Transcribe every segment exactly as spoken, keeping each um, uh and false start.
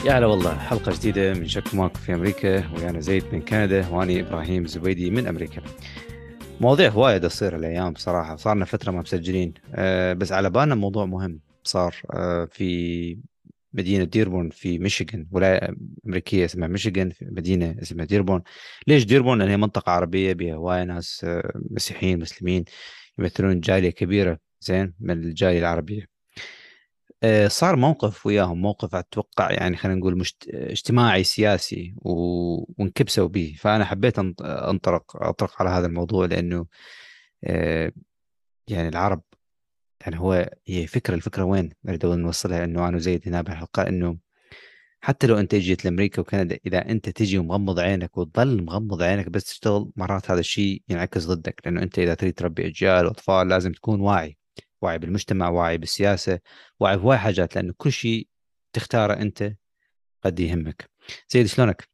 يا هلا والله، حلقة جديدة من شك ماك في أمريكا، وأنا زيد من كندا، وأنا إبراهيم زبيدي من أمريكا. مواضيع هواية تصير الأيام بصراحة، صارنا فترة ما مسجلين. أه بس على بالنا موضوع مهم صار أه في مدينة ديربون في ميشيغان، ولاية أمريكية اسمها ميشيغان، في مدينة اسمها ديربون. ليش ديربون؟ لأن هي منطقة عربية بها هواية ناس أه مسيحيين مسلمين، يمثلون جالية كبيرة زين من الجالية العربية. آه، صار موقف وياهم، موقف أتوقع يعني خلينا نقول مشت... اجتماعي سياسي و... وانكبسوا به. فأنا حبيت أنط- أنطلق أطرق على هذا الموضوع، لأنه آه، يعني العرب، يعني هو هي فكرة الفكرة وين نريد نوصلها، إنه أنا وزيد هنا بالحلقة، إنه حتى لو أنت جيت لأمريكا وكندا، إذا أنت تجي ومغمض عينك وتظل مغمض عينك بس تشتغل، مرات هذا الشيء ينعكس ضدك. لأنه أنت إذا تريد تربي أجيال وأطفال لازم تكون واعي، واعي بالمجتمع، واعي بالسياسة، واعي بهواي حاجات، لأنه كل شيء تختاره أنت قد يهمك. سيد شلونك؟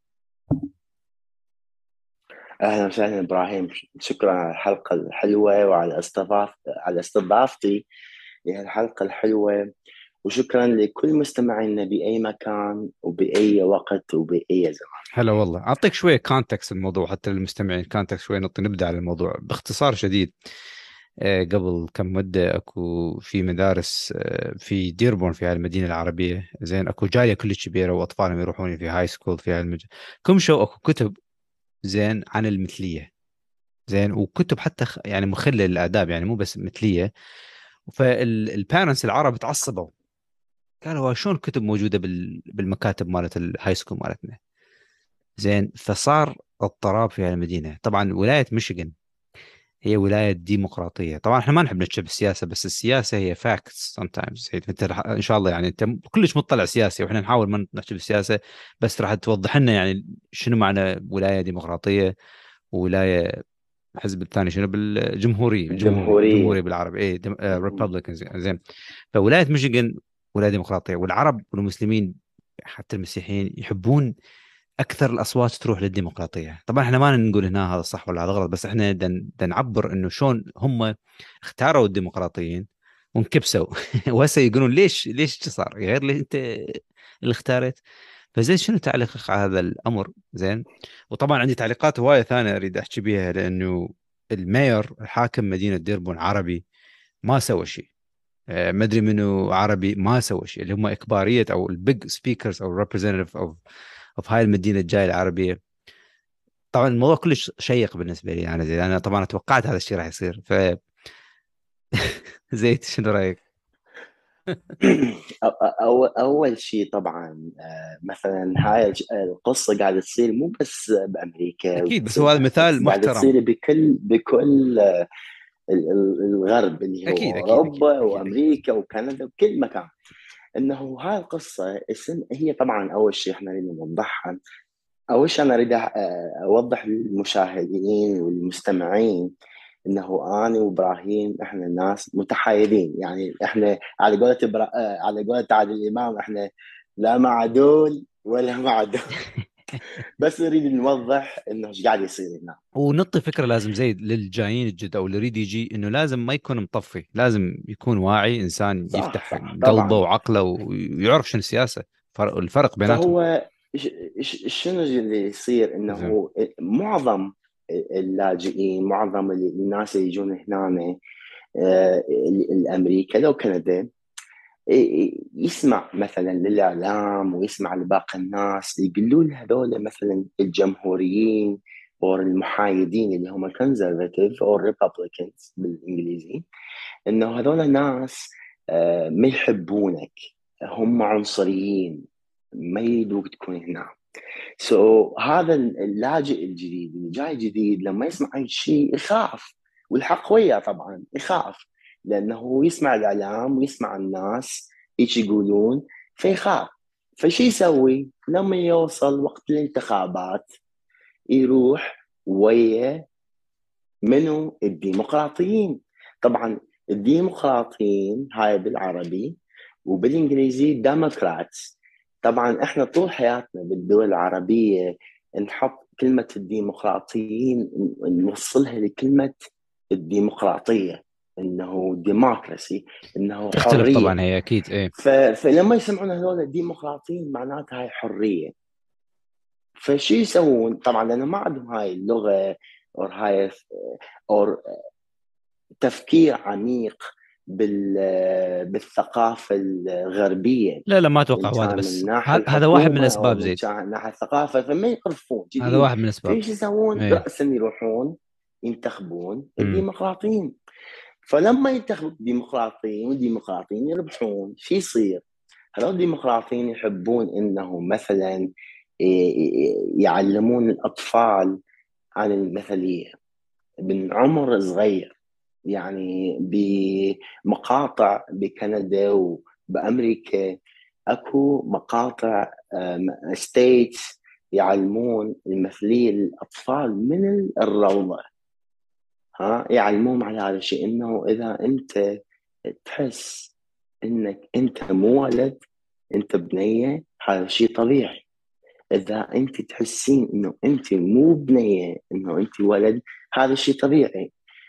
أهلا وسهلا إبراهيم، شكرا على الحلقة الحلوة وعلى استضاف على استضافتي لهالحلقة الحلوة. وشكرا لكل مستمعينا بأي مكان وبأي وقت وبأي زمان. هلا والله، أعطيك شوية كونتكست الموضوع حتى للمستمعين، كونتكست شوية، نط- نبدأ على الموضوع باختصار شديد. آه، قبل كم مدة اكو في مدارس آه، في ديربون في هاي المدينة العربية، زين اكو جالية كلش كبيرة واطفالهم يروحون في هاي سكول في هاي المج... كم شو اكو كتب زين عن المثلية، زين وكتب حتى خ- يعني مخلة للآداب، يعني مو بس مثلية. فالبارنتس العرب تعصبوا، قالوا "هو شلون كتب موجودة بال... بالمكاتب مالت الهاي سكول مالتنا". زين فصار اضطراب في هاي المدينة. طبعا ولاية ميشيغان هي ولاية ديمقراطية. طبعا احنا ما نحب نحكي بالسياسة، بس السياسة هي facts sometimes. هي انت رح- ان شاء الله يعني انت كلش مطلع سياسي، واحنا نحاول ما نحكي بالسياسة، بس راح توضح لنا يعني شنو معنى ولاية ديمقراطية، وولاية الحزب الثاني شنو بالجمهوري، الجمهوري الجمهورية. الجمهوري بالعربي اي ريببليكنز. زين فولاية ميشيغان ولاية ديمقراطية، والعرب والمسلمين حتى المسيحيين يحبون اكثر الاصوات تروح للديمقراطيه. طبعا احنا ما نقول هنا هذا صح ولا هذا غلط، بس احنا دن, دن نعبر انه شلون هم اختاروا الديمقراطيين وانكبسوا وهسه يقولون ليش ليش شو صار غير اللي انت اللي اختارت. فزين شنو تعليقك على هذا الامر؟ زين. وطبعا عندي تعليقات هوايه ثانيه اريد احكي بيها، لانه المير الحاكم مدينه ديربون عربي ما سوى شيء. آه، ما ادري منو عربي ما سوى شيء، اللي هم اكباريه او البيج سبيكرز او الريبريزنتيف اوف اوف هاي المدينه الجايه العربيه. طبعا الموضوع كلش شيق بالنسبه لي انا، زي انا طبعا توقعت هذا الشيء راح يصير. ف زيت شنو رايك؟ أو أو أول شيء طبعا، آه، مثلا هاي الج- القصة قاعدة تصير مو بس بأمريكا، اكيد، بس هو هذا مثال بس قاعدة محترم. تصير بكل بكل آه، ال- ال- الغرب اللي اكيد هو اكيد اكيد أوروبا اكيد اكيد. وأمريكا وكندا وكل مكان. انه هاي القصه اسم هي طبعا اول شيء احنا نريد نوضحها. اول شيء انا اريد أ- اوضح للمشاهدين والمستمعين انه انا وابراهيم احنا ناس متحايدين، يعني احنا على قولة إبرا... على قولة عادل امام احنا لا مع دول ولا مع دول. بس نريد نوضح انه ايش قاعد يصير هنا. ونعطي فكره لازم زيد للجايين الجدد او اللي يريد يجي، انه لازم ما يكون مطفي، لازم يكون واعي، انسان صح يفتح صح قلبه طبعا. وعقله ويعرف شنو السياسه، فرق الفرق بيناتهم. فهو ش- ش- شنو اللي يصير زين. انه معظم اللاجئين، معظم الناس اللي يجون هنا، آه، الامريكا لو كندا، يسمع مثلا للاعلام ويسمع لباقي الناس يقولون هذول مثلا الجمهوريين او المحايدين اللي هم الكونزرفاتيف او الريببليكنز بالانجليزي، انه هذول ناس آه، ما يحبونك، هم عنصريين، ما يريدوك تكون هنا. سو so, هذا اللاجئ الجديد اللي جاي جديد لما يسمع اي شيء يخاف، والحق وياه طبعا يخاف، لانه يسمع الاعلام ويسمع الناس ايش يقولون فيخاف. فشي يسوي لما يوصل وقت الانتخابات؟ يروح ويا منو؟ الديمقراطيين. طبعا الديمقراطيين هاي بالعربي وبالانجليزي ديموكراتس. طبعا احنا طول حياتنا بالدول العربية نحط كلمة الديمقراطيين نوصلها لكلمة الديمقراطية. انه ديمقراسي، انه تختلف حريه. طبعا، هي اكيد ايه. ف... فلما يسمعون هذول الديمقراطيين معناتها هاي حريه. فشو يسوون؟ طبعا لانه ما عندهم هاي اللغه، او هاي او تفكير عميق بال... بالثقافه الغربيه، لا لا، ما ان اتوقع هو هذا كان من بس، ناحيه ه- هذا واحد من الحكومه او الاسباب من زيد. كان ناحيه الثقافه، فما يقرفون هذا جديد. واحد من الاسباب. فايش يسوون؟ ايه. راسا يروحون ينتخبون امم. الديمقراطيين. فلما ينتخبوا الديمقراطيين والديمقراطيين يربحون، شو يصير؟ هذول الديمقراطيين يحبون انهم مثلا يعلمون الاطفال عن المثليه من عمر صغير. يعني بمقاطع بكندا وبامريكا اكو مقاطع ستيتس يعلمون المثليه للاطفال من الروضه. ها، يعلمون على هذا الشيء، انه اذا انت تحس انك انت مو ولد، انت بنيه، هذا شيء طبيعي. اذا انت تحسين انه انت مو بنيه، انه انت ولد، هذا شيء طبيعي.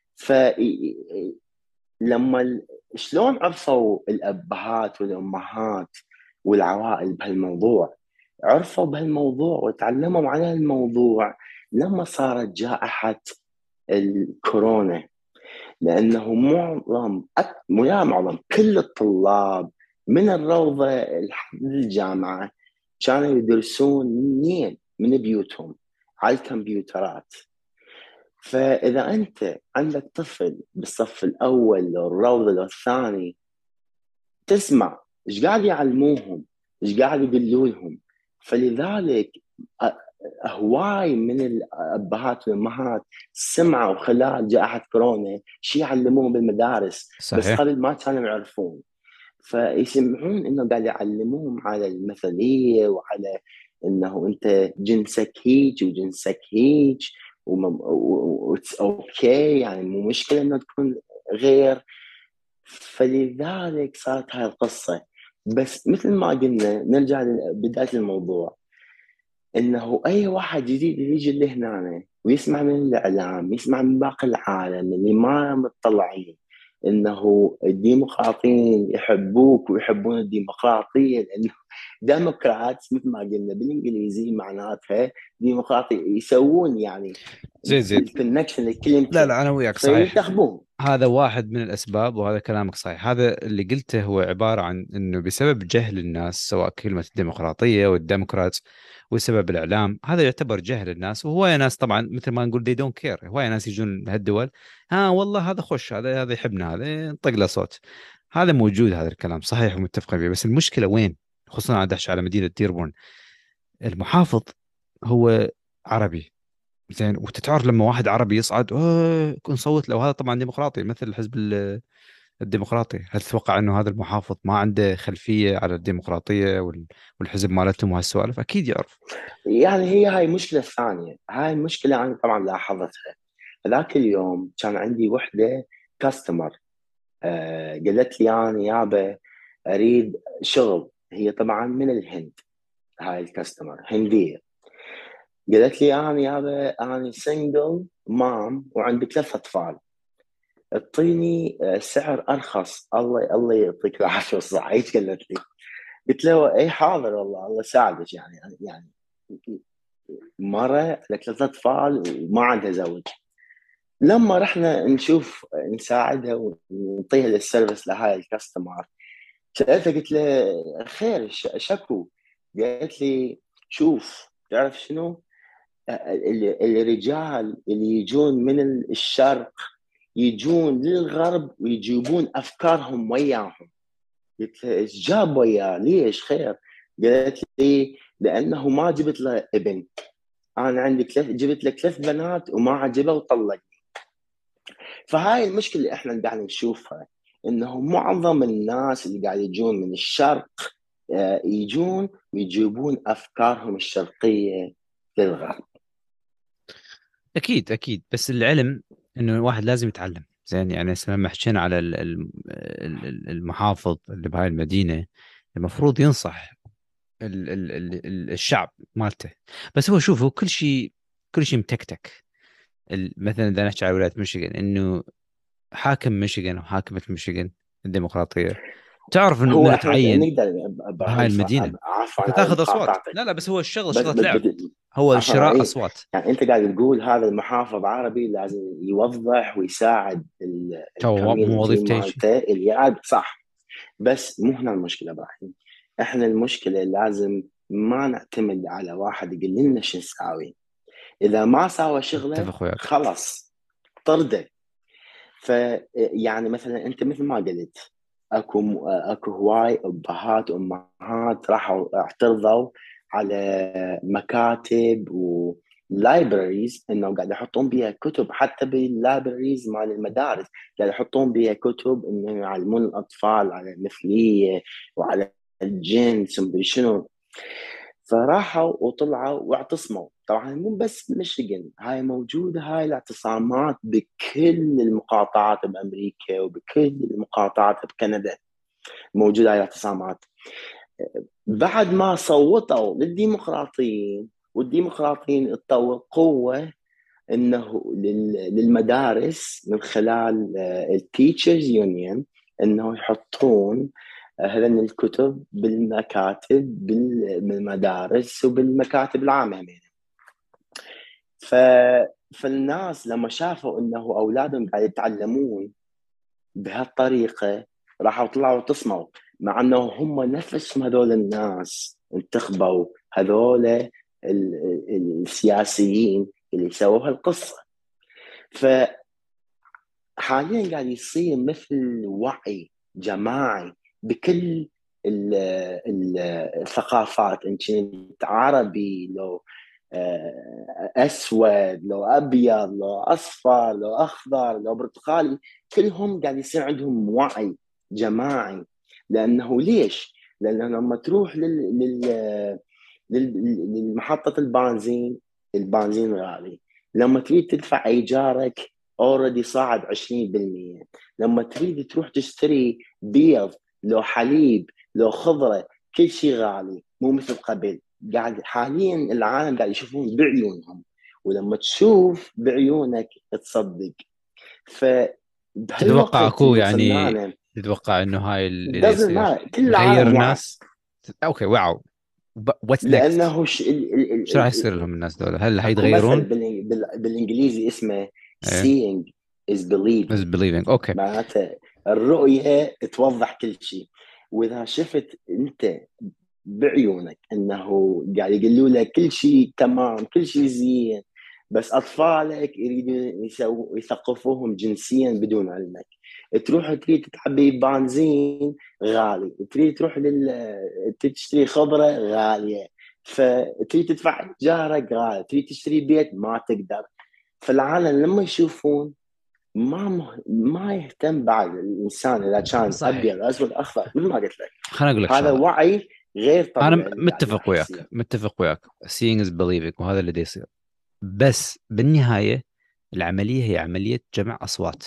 فلما ال- شلون عرفوا الابهات والامهات والعوائل بهالموضوع؟ عرفوا بهالموضوع وتعلموا عن الموضوع لما صارت جائحة الكورونا. لأنه معظم أك- مو يا معظم كل الطلاب من الروضة لحد الجامعة كانوا يدرسون منين؟ من بيوتهم على الكمبيوترات. فإذا أنت عندك طفل بالصف الأول لو الروضة لو الثاني، تسمع إيش قاعد يعلموهم، إيش قاعد يقولوا لهم. فلذلك أ- هواي من الابهات والامهات سمعوا خلال جائحه كورونا شي يعلموهم بالمدارس، بس صحيح. قبل ما كانوا يعرفون. فيسمعون انه قاعد يعلموهم على المثليه، وعلى انه انت جنسك هيك وجنسك هيك، اوكي، يعني مو مشكله انه تكون غير. فلذلك صارت هاي القصه. بس مثل ما قلنا، نرجع لبدايه الموضوع، انه اي واحد جديد يجي لهنا ويسمع من الاعلام، يسمع من باقي العالم اللي ما مطلعين انه الديمقراطيين يحبوك ويحبون الديمقراطيه، لانه ديمقراط مثل ما قلنا بالانجليزي معناتها ديمقراطي، يسوون يعني زيد زيد. الكونكشن لا لكلمته لا، انا وياك صحيح. فينتخبون. هذا واحد من الاسباب، وهذا كلامك صحيح. هذا اللي قلته هو عباره عن انه بسبب جهل الناس، سواء كلمه الديمقراطيه والديمقراط، وسبب الاعلام، هذا يعتبر جهل الناس. وهوايه ناس طبعا مثل ما نقول they don't care، هوايه ناس يجون هالدول، ها والله هذا خش، هذا هذا يحبنا، هذا نطق له صوت. هذا موجود، هذا الكلام صحيح ومتفق فيه. بس المشكله وين؟ خصوصا على دهش على مدينه ديربون، المحافظ هو عربي. زين، وتتعرف لما واحد عربي يصعد اه نصوت له. وهذا طبعا ديمقراطي مثل الحزب ال- الديمقراطي. هل تتوقع انه هذا المحافظ ما عنده خلفية على الديمقراطية وال- والحزب مالتهم وهالسوالف؟ اكيد يعرف. يعني هي هاي المشكله الثانيه، هاي المشكله انا طبعا لاحظتها. ذاك اليوم كان عندي وحده كاستمر، آه، قالت لي انا يابا اريد شغل. هي طبعا من الهند، هاي الكاستمر هنديه. قالت لي انا يابا انا سنجل مام وعندي ثلاث اطفال، اعطيني آه، سعر ارخص. الله الله يعطيك العافيه والصحه، هيك قالت لي. قلت له اي حاضر والله الله يساعدك. يعني يعني مره لك ثلاث اطفال وما عندها زوج. لما رحنا نشوف نساعدها ونعطيها للسيرفيس لهاي الكاستمر، سألتها قلت له خير ش- شكو؟ قالت لي شوف تعرف شنو، ال- الرجال اللي يجون من الشرق يجون للغرب ويجيبون أفكارهم وياهم. قلت له ايش جاب وياه؟ ليش خير؟ قالت لي لأنه ما جبت له ابن، أنا عندي ثلاث، جبت لك ثلاث بنات وما عجبه وطلق. فهاي المشكلة اللي احنا قاعد نشوفها، انه معظم الناس اللي قاعد يجون من الشرق آه، يجون ويجيبون افكارهم الشرقية للغرب. اكيد اكيد. بس العلم انه الواحد لازم يتعلم. زين، يعني هسه لما حكينا على ال- ال- ال- المحافظ اللي بهاي المدينة، المفروض ينصح ال ال ال ال- الشعب مالته. بس هو شوف، هو كل شيء كل شيء متكتك. ال- مثلا اذا نحكي على ولاية ميشيغان، انه حاكم ميشيغان وحاكمة ميشيغان الديمقراطية، تعرف إنه هو منو احنا تعين نقدر بهاي ابراهيم المدينة؟ عفوا أنت على تاخذ أصوات. مقاطعتك، لا لا، بس هو الشغل بس شغلة بس لعب، بس- هو عفوا شراء ابراهيم، أصوات. يعني انت قاعد تقول هذا المحافظ عربي لازم يوضح ويساعد تو مو الكوميونتي وظيفته شيء. مالته اللي قاعد صح. بس مو هنا المشكله ابراهيم، احنا المشكله لازم ما نعتمد على واحد يقول لنا شو نساوي، اذا ما ساوى شغله اتفق وياك. خلص طرده. فيعني مثلا انت مثل ما قلت، اكو اكو هواي ابهات وامهات راحوا اعترضوا على مكاتب و لايبراريز انه قاعد يحطون بها كتب، حتى باللايبراريز مال المدارس قاعد يحطون بها كتب انه يعلمون الاطفال على المثليه وعلى الجنس ومدري شنو. فراحوا وطلعوا واعتصموا. طبعا مو بس ميشيغان، هاي موجودة هاي الاعتصامات بكل المقاطعات بأمريكا وبكل المقاطعات بكندا، موجودة هاي الاعتصامات. بعد ما صوتوا للديمقراطيين، والديمقراطيين اضطروا قوة انه للمدارس من خلال التيتشرز يونيون انه يحطون هذن الكتب بالمكاتب بالمدارس وبالمكاتب العامة يعني. ف... فالناس لما شافوا انه اولادهم قاعد يتعلمون بهالطريقة راحوا طلعوا تصموا، مع انه هم نفسهم هذول الناس انتخبوا هذول ال... ال- السياسيين اللي سووا هالقصة. فحاليا قاعد يصير مثل وعي جماعي بكل ال- ال- الثقافات، ان كنت عربي لو آه، اسود لو ابيض لو اصفر لو اخضر لو برتقالي، كلهم قاعد يصير عندهم وعي جماعي. لانه ليش؟ لانه لما تروح لل... لل... لل... للمحطة البنزين، البنزين غالي. لما تريد تدفع ايجارك اوريدي صاعد عشرين بالمئة. لما تريد تروح تشتري بيض لو حليب لو خضره، كل شيء غالي، مو مثل قبل. قاعد حاليا العالم قاعد يشوفون بعيونهم، ولما تشوف بعيونك تصدق. تتوقع فبهالوقت اكو اللي وصلنا يعني، له تتوقع انه هاي اللي دا doesn't يصير matter، كل يغير العالم وعي. ناس؟ اوكي، واو. واتس نيكست؟ لانه ش... ال... ال... ال... شو راح ال... يصير لهم الناس دول؟ هل اكو مثل حيتغيرون؟ بال... بال... بالانجليزي اسمه ايه، seeing is بس believing. believing. اوكي. معناته الرؤية توضح كل شيء. وإذا شفت أنت بعيونك أنه قاعد يقولوا لك كل شيء تمام كل شيء زين، بس أطفالك يريدون يسووا يثقفوهم جنسيا بدون علمك، تروح تريد تعبي بنزين غالي، تريد تروح لل تشتري خضرة غالية، فتريد تدفع إيجارك غالي، تريد تشتري بيت ما تقدر. فالعالم لما يشوفون ما مه... ما يهتم بعد الانسان اذا كان صحيح. ابيض اسود اخضر، مثل ما قلت لك. خليني اقول لك هذا شغله. وعي غير انا طبيعي اللي قاعد متفق راح وياك، يصير. متفق وياك. seeing is believing، وهذا اللي دا يصير. بس بالنهايه العمليه هي عمليه جمع اصوات.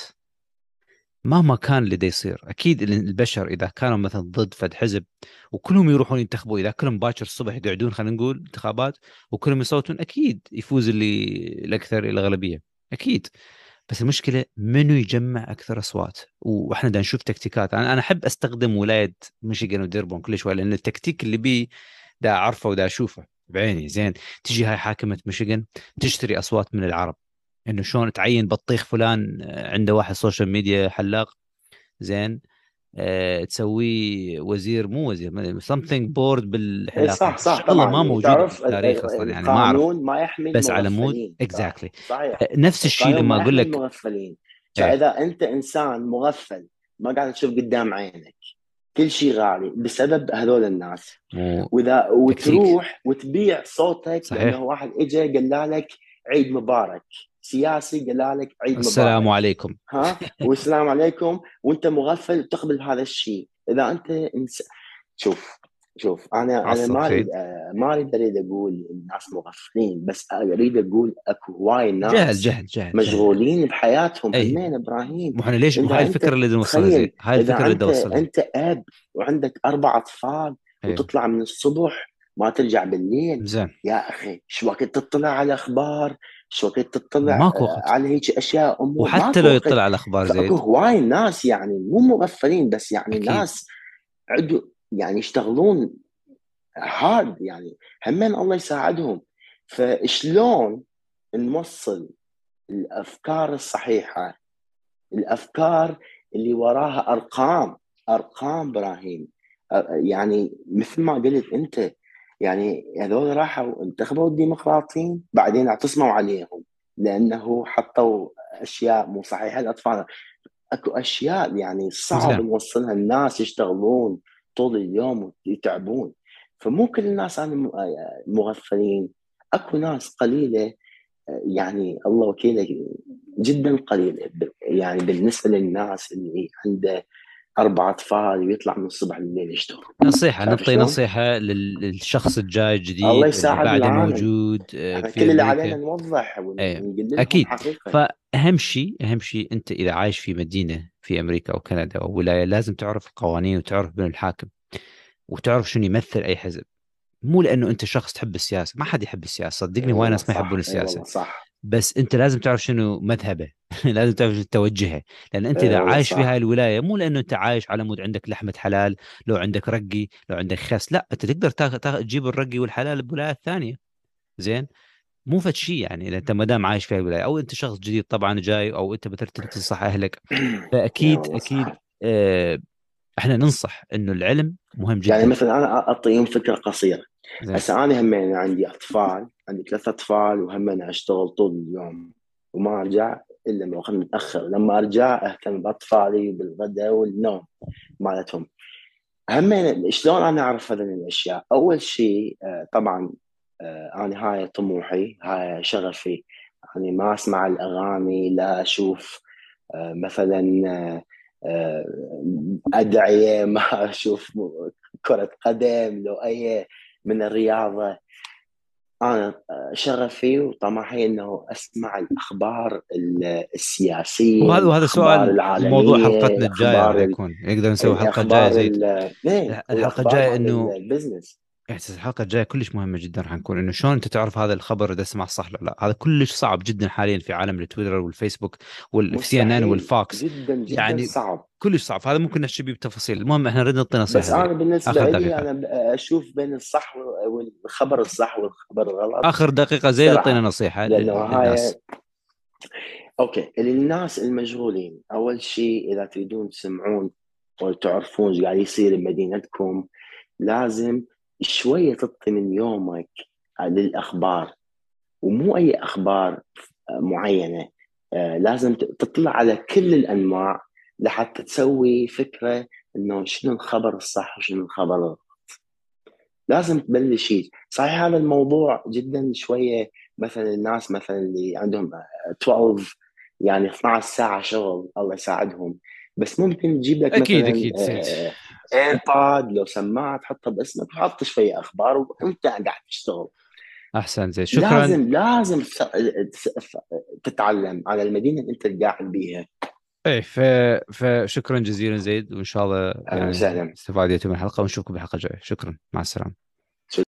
مهما كان اللي دا يصير، اكيد البشر اذا كانوا مثلا ضد فد حزب وكلهم يروحون ينتخبوا، اذا كلهم باكر الصبح يقعدون خلينا نقول انتخابات وكلهم يصوتون، اكيد يفوز اللي الاكثر الاغلبيه، اكيد. بس المشكله منو يجمع اكثر اصوات. واحنا دا نشوف تكتيكات. انا انا احب استخدم ولايه ميشيغان وديربون كل شوي، لان التكتيك اللي بي دا اعرفه ودا اشوفه بعيني. زين، تجي هاي حاكمه ميشيغان تشتري اصوات من العرب، انه شلون تعين بطيخ فلان عنده واحد سوشيال ميديا حلاق، زين، أه تسويه وزير، مو وزير، something بورد إيه بالحلاقه، صح صح شغله ما طبعا. موجوده تعرف ال- بالتاريخ ال- اصلا، يعني ما اعرف. القانون ما يحمي بس على مود المغفلين، صح اكزاكتلي صحيح. نفس الشيء القانون لما ما اقول يحمي لك. المغفلين. ايه، فاذا انت انسان مغفل ما قاعد تشوف قدام عينك، كل شيء غالي بسبب هذول الناس، مو واذا تكتيك. وتروح وتبيع صوتك لانه صحيح. واحد اجى قال لك عيد مبارك، سياسي قال لك عيد السلام مبارك، عليكم. ها والسلام عليكم، وانت مغفل تقبل بهذا الشيء. اذا انت إنس... شوف شوف انا انا عصب ما اريد سيد. آه، ما اريد اريد اقول الناس مغفلين، بس اريد اقول اكو هواي جهل ناس جهل جهل جهل. مشغولين بحياتهم اي، همين ابراهيم. مو احنا ليش؟ مو اذا هاي انت الفكره اللي بدنا نوصلها. زين، تخيل، هاي الفكره اذا اللي بدي انت اوصلها. انت اب وعندك اربع اطفال ايه، وتطلع من الصبح ما ترجع بالليل، زين. يا اخي شو وقت تطلع على الاخبار، شو وقت تطلع ماكو آه، وقت. على هيك اشياء امور، وحتى ماكو لو وقت. يطلع على اخبار فاكو زيد. هواي ناس يعني مو مغفلين بس، يعني اكيد. ناس عدو يعني يشتغلون هارد يعني، همين الله يساعدهم. فشلون نوصل الافكار الصحيحه، الافكار اللي وراها ارقام، ارقام ابراهيم. أ- يعني مثل ما قلت انت، يعني هذول راحوا انتخبوا الديمقراطيين بعدين اعتصموا عليهم لانه حطوا اشياء مو صحيحه للاطفال. اكو اشياء يعني صعب زين. نوصلها، الناس يشتغلون طول اليوم ويتعبون. فمو كل الناس أنا م- مغفلين، اكو ناس قليله يعني الله وكيلك، جدا قليله ب- يعني بالنسبه للناس اللي عنده اربع اطفال ويطلع من الصبح لليل يشتغل. نصيحة، عارف نعطي شلون؟ نصيحة لل- للشخص الجاي الله الجديد اللي يساعد بعده العالم. موجود آه، احنا في كل اللي علينا أمريكا. نوضح ون- ايه ونقول لهم أكيد. حقيقه. فأهم شيء، أهم شيء أنت إذا عايش في مدينة في أمريكا أو كندا أو ولاية، لازم تعرف القوانين وتعرف من الحاكم وتعرف شنو يمثل أي حزب. مو لأنه أنت شخص تحب السياسة، ما حد يحب السياسة اي صدقني، هواي والله ناس ما يحبون صح، اي السياسة. والله صح، بس انت لازم تعرف شنو مذهبه. لازم تعرف شنو توجهه. لان انت اي اذا والله عايش في هاي صح. الولايه، مو لانه انت عايش على مود عندك لحمه حلال، لو عندك رقي، لو عندك خس، لا، انت تقدر تاخذ تاخ... تجيب الرقي والحلال بولايات ثانيه. زين. مو فد شيء يعني، اذا انت ما دام عايش في هاي الولايه، او انت شخص جديد طبعا جاي، او انت بترتب تنصح اهلك، اي فاكيد والله اكيد. صح. اه. احنا ننصح انه العلم مهم يعني جدا. مثلا انا اعطيهم فكره قصيره. زين. هسه انا همين عندي اطفال، عندي ثلاث اطفال وهمين اشتغل طول اليوم وما ارجع الا من وقت متاخر. لما ارجع اهتم باطفالي بالغداء والنوم مالتهم. همين شلون انا اعرف هذه الاشياء؟ اول شيء آه، طبعا آه، انا هاي طموحي، هاي شغفي. يعني ما اسمع الاغاني، لا اشوف آه، مثلا آه، آه، ادعيه، ما اشوف كره قدم لو اي من الرياضه. انا آه، شغفي وطموحي انه اسمع الاخبار ال- السياسيه، وهذا وهذا الاخبار سؤال موضوع العالميه، حلقتنا الجايه راح الاخبار يكون، نقدر نسوي حلقه جايه الاخبار زيد. ال- إيه، الحلقه والاخبار الجايه مال انه البزنس. احساس الحلقه الجايه كلش مهمه جدا، راح نكون انه شلون انت تعرف هذا الخبر اذا سمع صح ولا لا. هذا كلش صعب جدا حاليا في عالم التويتر والفيسبوك والسي ان ان مستحيل، والفوكس. جدا جدا يعني صعب. كلش صعب. هذا ممكن نحكي به بتفاصيل. المهم احنا نريد نعطي بس نصيحه زي انا بالنسبه اخر لي دقيقه. انا ب- اشوف بين الصح والخبر الصح والخبر الغلط اخر دقيقه زي اعطينا بسرعه. نصيحه لانه لل- هاي للناس. اوكي للناس المشغولين. اول شيء اذا تريدون تسمعون وتعرفون ايش قاعد يصير بمدينتكم، لازم شويه تعطي من يومك للاخبار، ومو اي اخبار معينه. آه، لازم تطلع على كل الانواع لحتى تسوي فكره انه شنو الخبر الصح وشنو الخبر الغلط. لازم تبلشي صحيح. هذا الموضوع جدا شويه، مثلا الناس مثلا اللي عندهم اثناشر يعني اثنتا عشرة ساعه شغل، الله يساعدهم. بس ممكن تجيب لك اكيد مثلا اكيد زيد. ايرباد لو سماعه تحطها باسمك وحط شويه اخبار وانت قاعد تشتغل. احسن زيد، شكرا. لازم لازم تتعلم على المدينه اللي انت قاعد بيها. ايه ف... فشكرا جزيلا زيد، وان شاء الله اهلا يعني وسهلا. استفاديتوا من الحلقه، ونشوفكم بالحلقه الجايه. شكرا، مع السلامه.